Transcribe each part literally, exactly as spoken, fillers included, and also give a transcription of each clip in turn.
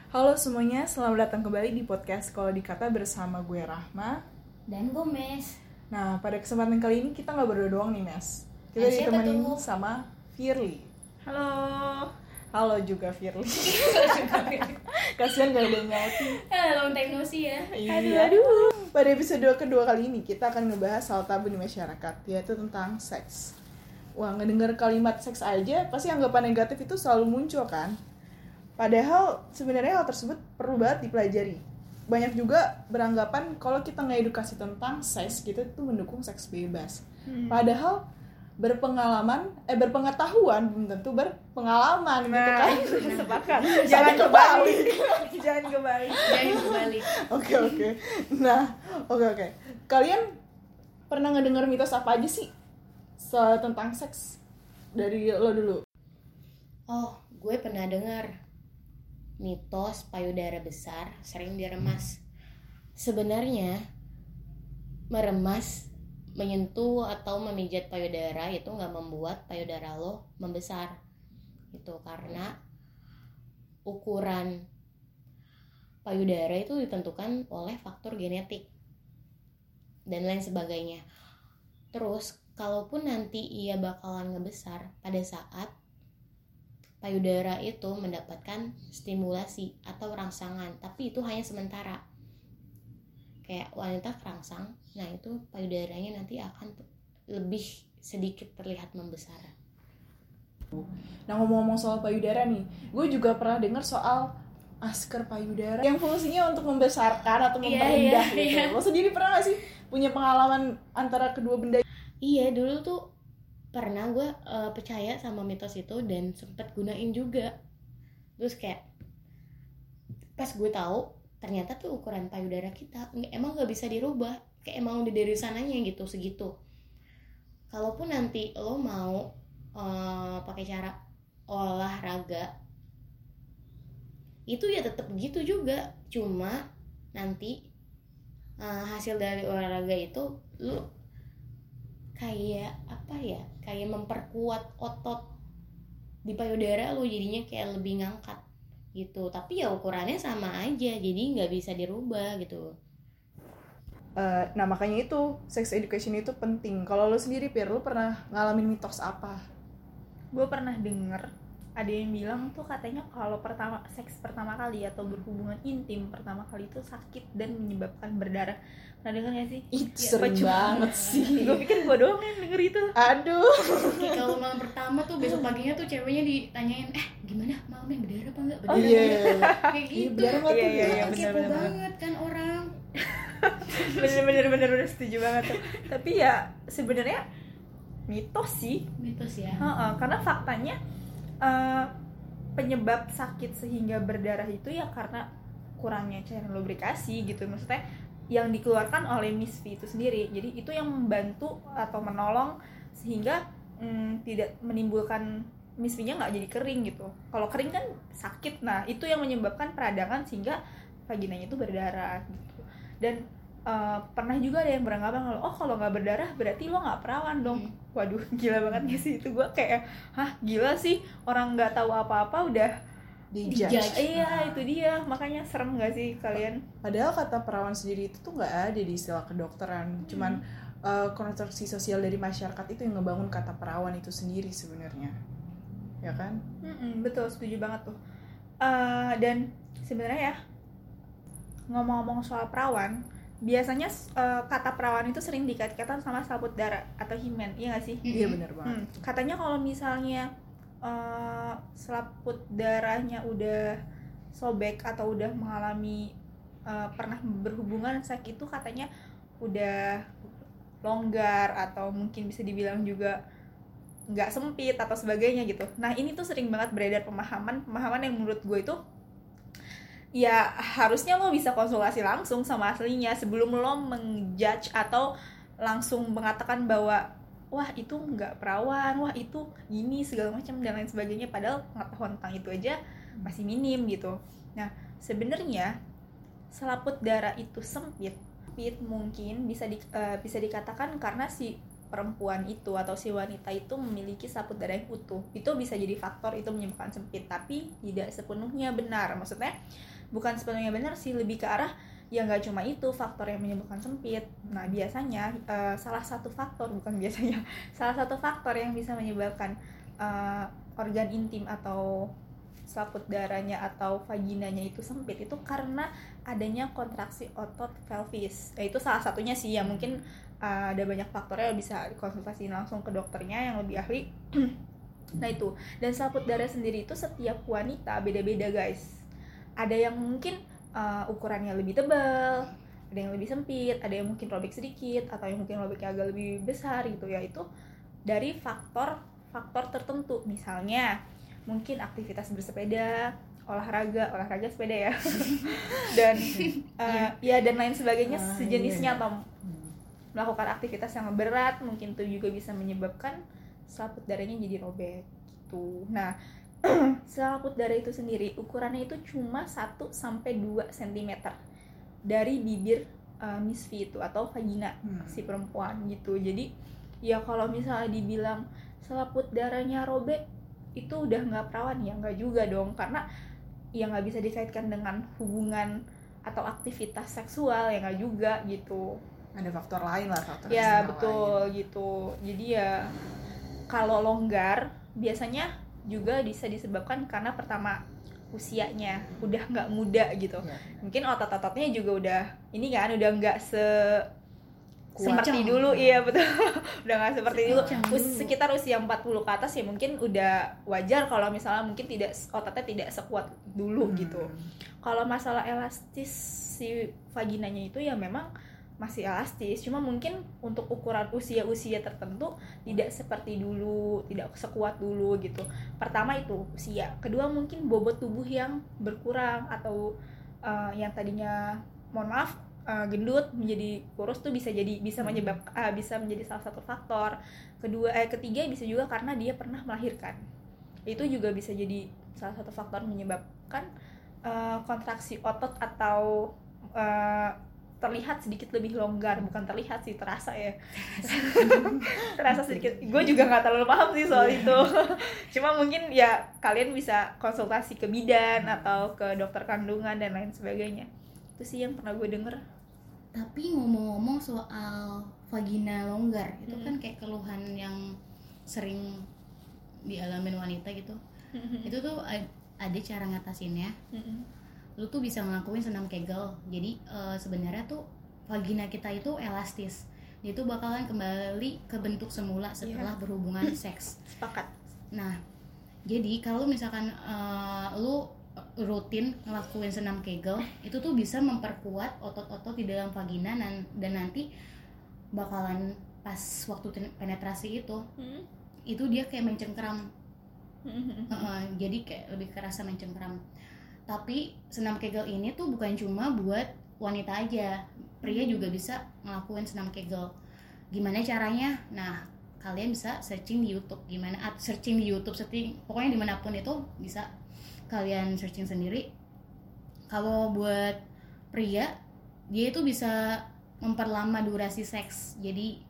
Halo semuanya, selamat datang kembali di podcast Kalau Dikata bersama gue Rahma dan Gomez. Nah, pada kesempatan kali ini kita nggak berdua doang nih, Mes. Kita Eh, siapa ditemenin tuh? sama Firly. Halo. Halo juga Firly. Kasian gak ada yang ngerti. Eh, long time no see ya. Iya. Pada episode kedua kali ini kita akan ngebahas hal tabu di masyarakat, yaitu tentang seks. Wah, ngedenger kalimat seks aja pasti anggapan negatif itu selalu muncul kan? Padahal sebenarnya hal tersebut perlu banget dipelajari. Banyak juga beranggapan kalau kita ngedukasi tentang seks, kita tuh mendukung seks bebas. Hmm. Padahal berpengalaman, eh berpengetahuan belum tentu berpengalaman, nah, gitu kan? Sepakat. Jangan kebalik. Jangan kebalik. Jangan kebalik. Oke oke. Nah, oke oke. Kalian pernah ngedenger mitos apa aja sih so, tentang seks? Dari lo dulu. Oh, gue pernah dengar mitos payudara besar sering diremas. Sebenarnya meremas, menyentuh atau memijat payudara itu nggak membuat payudara lo membesar. Itu karena ukuran payudara itu ditentukan oleh faktor genetik dan lain sebagainya. Terus kalaupun nanti ia bakalan ngebesar pada saat payudara itu mendapatkan stimulasi atau rangsangan, tapi itu hanya sementara. Kayak wanita kerangsang, nah itu payudaranya nanti akan lebih sedikit terlihat membesar. Nah, ngomong-ngomong soal payudara nih, gue juga pernah dengar soal masker payudara yang fungsinya untuk membesarkan atau memperindah yeah, yeah, gitu. Yeah. Lo sendiri pernah gak sih punya pengalaman antara kedua benda? Iya, dulu tuh pernah gue uh, percaya sama mitos itu dan sempet gunain juga. Terus kayak pas gue tahu ternyata tuh ukuran payudara kita emang nggak bisa dirubah, kayak emang udah dari sananya gitu segitu. Kalaupun nanti lo mau uh, pakai cara olahraga itu ya tetap gitu juga, cuma nanti uh, hasil dari olahraga itu lo kayak apa ya, kayak memperkuat otot di payudara lo, jadinya kayak lebih ngangkat gitu, tapi ya ukurannya sama aja, jadi nggak bisa dirubah gitu. Uh, nah makanya itu sex education itu penting. Kalau lo sendiri Pir, lo pernah ngalamin mitos apa? Gue pernah denger ada yang bilang tuh katanya kalau pertama seks pertama kali atau berhubungan intim pertama kali itu sakit dan menyebabkan berdarah. Pernah denger gak sih? Itu ya, serem banget sih. Gue pikir gue doang yang denger itu. Aduh. Kayak kalau malam pertama tuh besok paginya tuh ceweknya ditanyain, eh gimana malamnya berdarah apa enggak? Berdarah. Oh iya. Kayak gitu. Berdarah nggak tuh? Iya iya kepo banget kan orang. Bener-bener bener udah setuju banget tuh. Tapi ya sebenarnya mitos sih. Mitos ya. Uh-uh, karena faktanya uh, penyebab sakit sehingga berdarah itu ya karena kurangnya cairan lubrikasi gitu, maksudnya yang dikeluarkan oleh M I S V itu sendiri. Jadi itu yang membantu atau menolong sehingga hmm, tidak menimbulkan M I S V-nya nggak jadi kering gitu. Kalau kering kan sakit, nah itu yang menyebabkan peradangan sehingga vaginanya itu berdarah gitu. Dan uh, pernah juga ada yang beranggapan kalau oh kalau nggak berdarah berarti lo nggak perawan dong. Hmm. Waduh, gila banget gak sih itu? Gue kayak hah gila sih, orang nggak tahu apa-apa udah dijudge. Iya, itu dia. Makanya serem gak sih kalian? Padahal kata perawan sendiri itu tuh gak ada di istilah kedokteran. Hmm. Cuman uh, konstruksi sosial dari masyarakat itu yang ngebangun kata perawan itu sendiri sebenarnya. Ya kan? Mm-mm, betul, setuju banget tuh. Uh, dan sebenarnya ya, ngomong-ngomong soal perawan, biasanya uh, kata perawan itu sering dikait-kaitan sama selaput darah atau himen. Iya gak sih? Iya, benar banget. Hmm. Katanya kalau misalnya Uh, selaput darahnya udah sobek atau udah mengalami uh, pernah berhubungan seks itu katanya udah longgar atau mungkin bisa dibilang juga nggak sempit atau sebagainya gitu. Nah ini tuh sering banget beredar pemahaman pemahaman yang menurut gue itu ya harusnya lo bisa konsultasi langsung sama aslinya sebelum lo menjudge atau langsung mengatakan bahwa wah itu nggak perawan, wah itu gini segala macam dan lain sebagainya, padahal pengetahuan tentang itu aja masih minim gitu. Nah sebenarnya selaput darah itu sempit, sempit mungkin bisa di, uh, bisa dikatakan karena si perempuan itu atau si wanita itu memiliki selaput darah yang utuh. Itu bisa jadi faktor itu menyebabkan sempit, tapi tidak sepenuhnya benar. Maksudnya bukan sepenuhnya benar sih, lebih ke arah ya nggak cuma itu faktor yang menyebabkan sempit. Nah biasanya uh, salah satu faktor bukan biasanya salah satu faktor yang bisa menyebabkan uh, organ intim atau selaput darahnya atau vaginanya itu sempit itu karena adanya kontraksi otot pelvis. Nah, itu salah satunya sih ya, mungkin uh, ada banyak faktornya, bisa konsultasi langsung ke dokternya yang lebih ahli. Nah itu, dan selaput darah sendiri itu setiap wanita beda-beda guys. Ada yang mungkin Uh, ukurannya lebih tebal, ada yang lebih sempit, ada yang mungkin robek sedikit, atau yang mungkin robeknya agak lebih besar gitu ya. Itu dari faktor-faktor tertentu, misalnya mungkin aktivitas bersepeda, olahraga, olahraga sepeda ya, dan uh, ya dan lain sebagainya ah, sejenisnya, iya. atau melakukan aktivitas yang berat, mungkin itu juga bisa menyebabkan selaput darahnya jadi robek gitu. Nah selaput darah itu sendiri ukurannya itu cuma satu sampai dua sentimeter dari bibir uh, misfi itu atau vagina hmm. si perempuan gitu. Jadi ya kalau misalnya dibilang selaput darahnya robek itu udah nggak perawan ya, nggak juga dong, karena ya nggak bisa dikaitkan dengan hubungan atau aktivitas seksual, ya nggak juga gitu. Ada faktor lain lah, faktor ya betul lain. Gitu. Jadi ya kalau longgar biasanya juga bisa disebabkan karena pertama usianya udah nggak muda gitu ya. Mungkin otot-ototnya juga udah ini kan udah nggak se kuat seperti dulu. Iya betul. Udah nggak seperti dulu. Us- sekitar usia empat puluh ke atas ya mungkin udah wajar kalau misalnya mungkin tidak ototnya tidak sekuat dulu hmm. gitu. Kalau masalah elastis si vaginanya itu ya memang masih elastis, cuma mungkin untuk ukuran usia-usia tertentu tidak seperti dulu, tidak sekuat dulu gitu. Pertama itu usia, kedua mungkin bobot tubuh yang berkurang atau uh, yang tadinya mohon maaf uh, gendut menjadi kurus tuh bisa jadi bisa menyebab uh, bisa menjadi salah satu faktor. Kedua eh ketiga bisa juga karena dia pernah melahirkan. Itu juga bisa jadi salah satu faktor menyebabkan uh, kontraksi otot atau uh, terlihat sedikit lebih longgar, bukan terlihat sih, terasa ya. Terasa sedikit. Gue juga nggak terlalu paham sih soal itu. Cuma mungkin ya kalian bisa konsultasi ke bidan atau ke dokter kandungan dan lain sebagainya. Itu sih yang pernah gue denger. Tapi ngomong-ngomong soal vagina longgar, itu hmm. kan kayak keluhan yang sering dialamin wanita gitu. Hmm. Itu tuh ada cara ngatasinnya. Hmm. Lu tuh bisa ngelakuin senam Kegel. Jadi uh, sebenarnya tuh vagina kita itu elastis. Dia tuh bakalan kembali ke bentuk semula setelah yeah. berhubungan seks. Sepakat. Nah, jadi kalau misalkan uh, lu rutin ngelakuin senam Kegel, itu tuh bisa memperkuat otot-otot di dalam vagina dan, dan nanti bakalan pas waktu penetrasi itu, hmm. itu dia kayak mencengkeram. Hmm. Uh, jadi kayak lebih kerasa mencengkeram. Tapi senam Kegel ini tuh bukan cuma buat wanita aja, pria juga bisa ngelakuin senam Kegel. Gimana caranya? Nah, kalian bisa searching di YouTube gimana, searching di YouTube, searching pokoknya dimanapun itu bisa kalian searching sendiri. Kalau buat pria, dia itu bisa memperlama durasi seks, jadi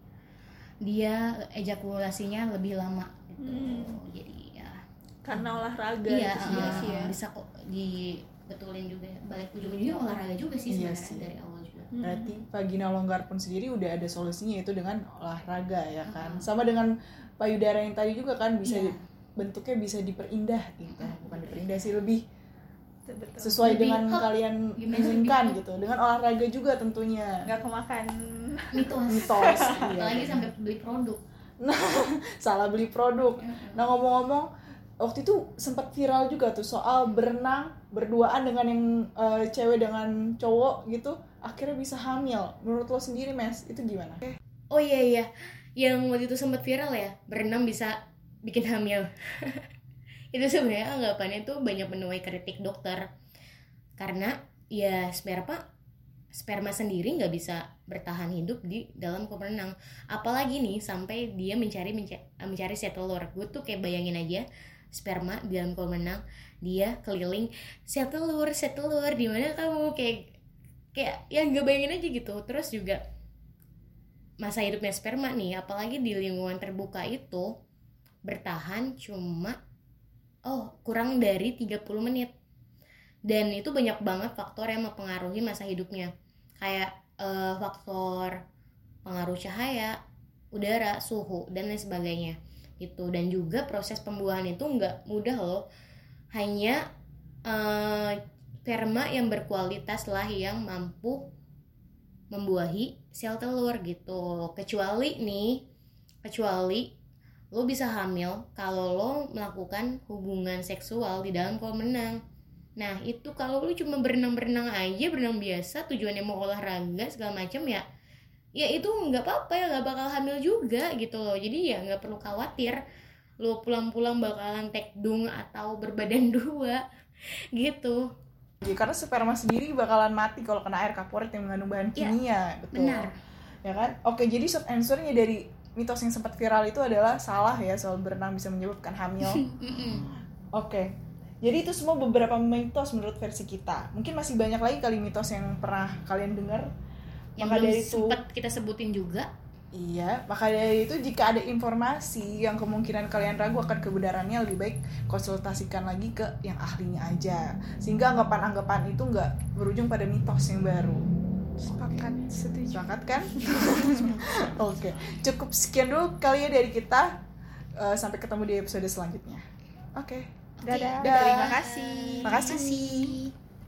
dia ejakulasinya lebih lama gitu. Hmm. Jadi karena olahraga iya, itu uh, sih ya. Bisa kok dibetulin juga ya. Balik ujung-ujungnya olahraga juga sih sebenarnya iya sih. Dari awal juga. Berarti vagina longgar pun sendiri udah ada solusinya, itu dengan olahraga ya kan. Uh-huh. Sama dengan payudara yang tadi juga kan bisa yeah. bentuknya bisa diperindah gitu. Bukan diperindah sih, lebih betul. Sesuai lebih dengan hot. Kalian inginkan gitu. Dengan olahraga juga tentunya. Nggak kemakan mitos. Mitos. Iya. Lagi sampai beli produk. Nah, salah beli produk. Nah, ngomong-ngomong waktu itu sempat viral juga tuh soal berenang berduaan dengan yang uh, cewek dengan cowok gitu, akhirnya bisa hamil. Menurut lo sendiri, Mes, itu gimana? Oh iya iya, yang waktu itu sempat viral ya, berenang bisa bikin hamil. Itu sebenarnya anggapannya tuh banyak menuai kritik dokter, karena ya sperma sperma sendiri nggak bisa bertahan hidup di dalam kolam renang, apalagi nih sampai dia mencari mencari, mencari sel telur. Gue tuh kayak bayangin aja sperma di dalam kolam renang, dia keliling sel telur, sel telur, di mana kamu, kayak kayak ya nggak bayangin aja gitu. Terus juga masa hidupnya sperma nih, apalagi di lingkungan terbuka itu bertahan cuma oh kurang dari tiga puluh menit. dan itu banyak banget faktor yang mempengaruhi masa hidupnya, kayak uh, faktor pengaruh cahaya, udara, suhu, dan lain sebagainya gitu. Dan juga proses pembuahan itu nggak mudah loh, hanya uh, sperma yang berkualitas lah yang mampu membuahi sel telur gitu. Kecuali nih, kecuali lo bisa hamil kalau lo melakukan hubungan seksual di dalam kolam renang. Nah itu kalau lo cuma berenang-berenang aja, berenang biasa, tujuannya mau olahraga segala macam ya, ya itu nggak apa-apa ya, nggak bakal hamil juga gitu loh. Jadi ya nggak perlu khawatir lo pulang-pulang bakalan tekdung atau berbadan dua gitu. Ya, karena sperma sendiri bakalan mati kalau kena air kaporit yang mengandung bahan kimia, ya, betul. Benar. Ya kan? Oke, jadi short answer-nya dari mitos yang sempat viral itu adalah salah ya, soal berenang bisa menyebabkan hamil. Oke. Jadi itu semua beberapa mitos menurut versi kita. Mungkin masih banyak lagi kali mitos yang pernah kalian dengar. Yang maka belum dari itu sempat kita sebutin juga. Iya, maka dari itu jika ada informasi yang kemungkinan kalian ragu akan kebenarannya, lebih baik konsultasikan lagi ke yang ahlinya aja, sehingga anggapan-anggapan itu nggak berujung pada mitos yang baru. Sepakat, setuju. Sepakat kan? Oke, cukup sekian dulu kali ya dari kita. Uh, sampai ketemu di episode selanjutnya. Oke, Dadah. Dadah. Terima kasih. Makasih.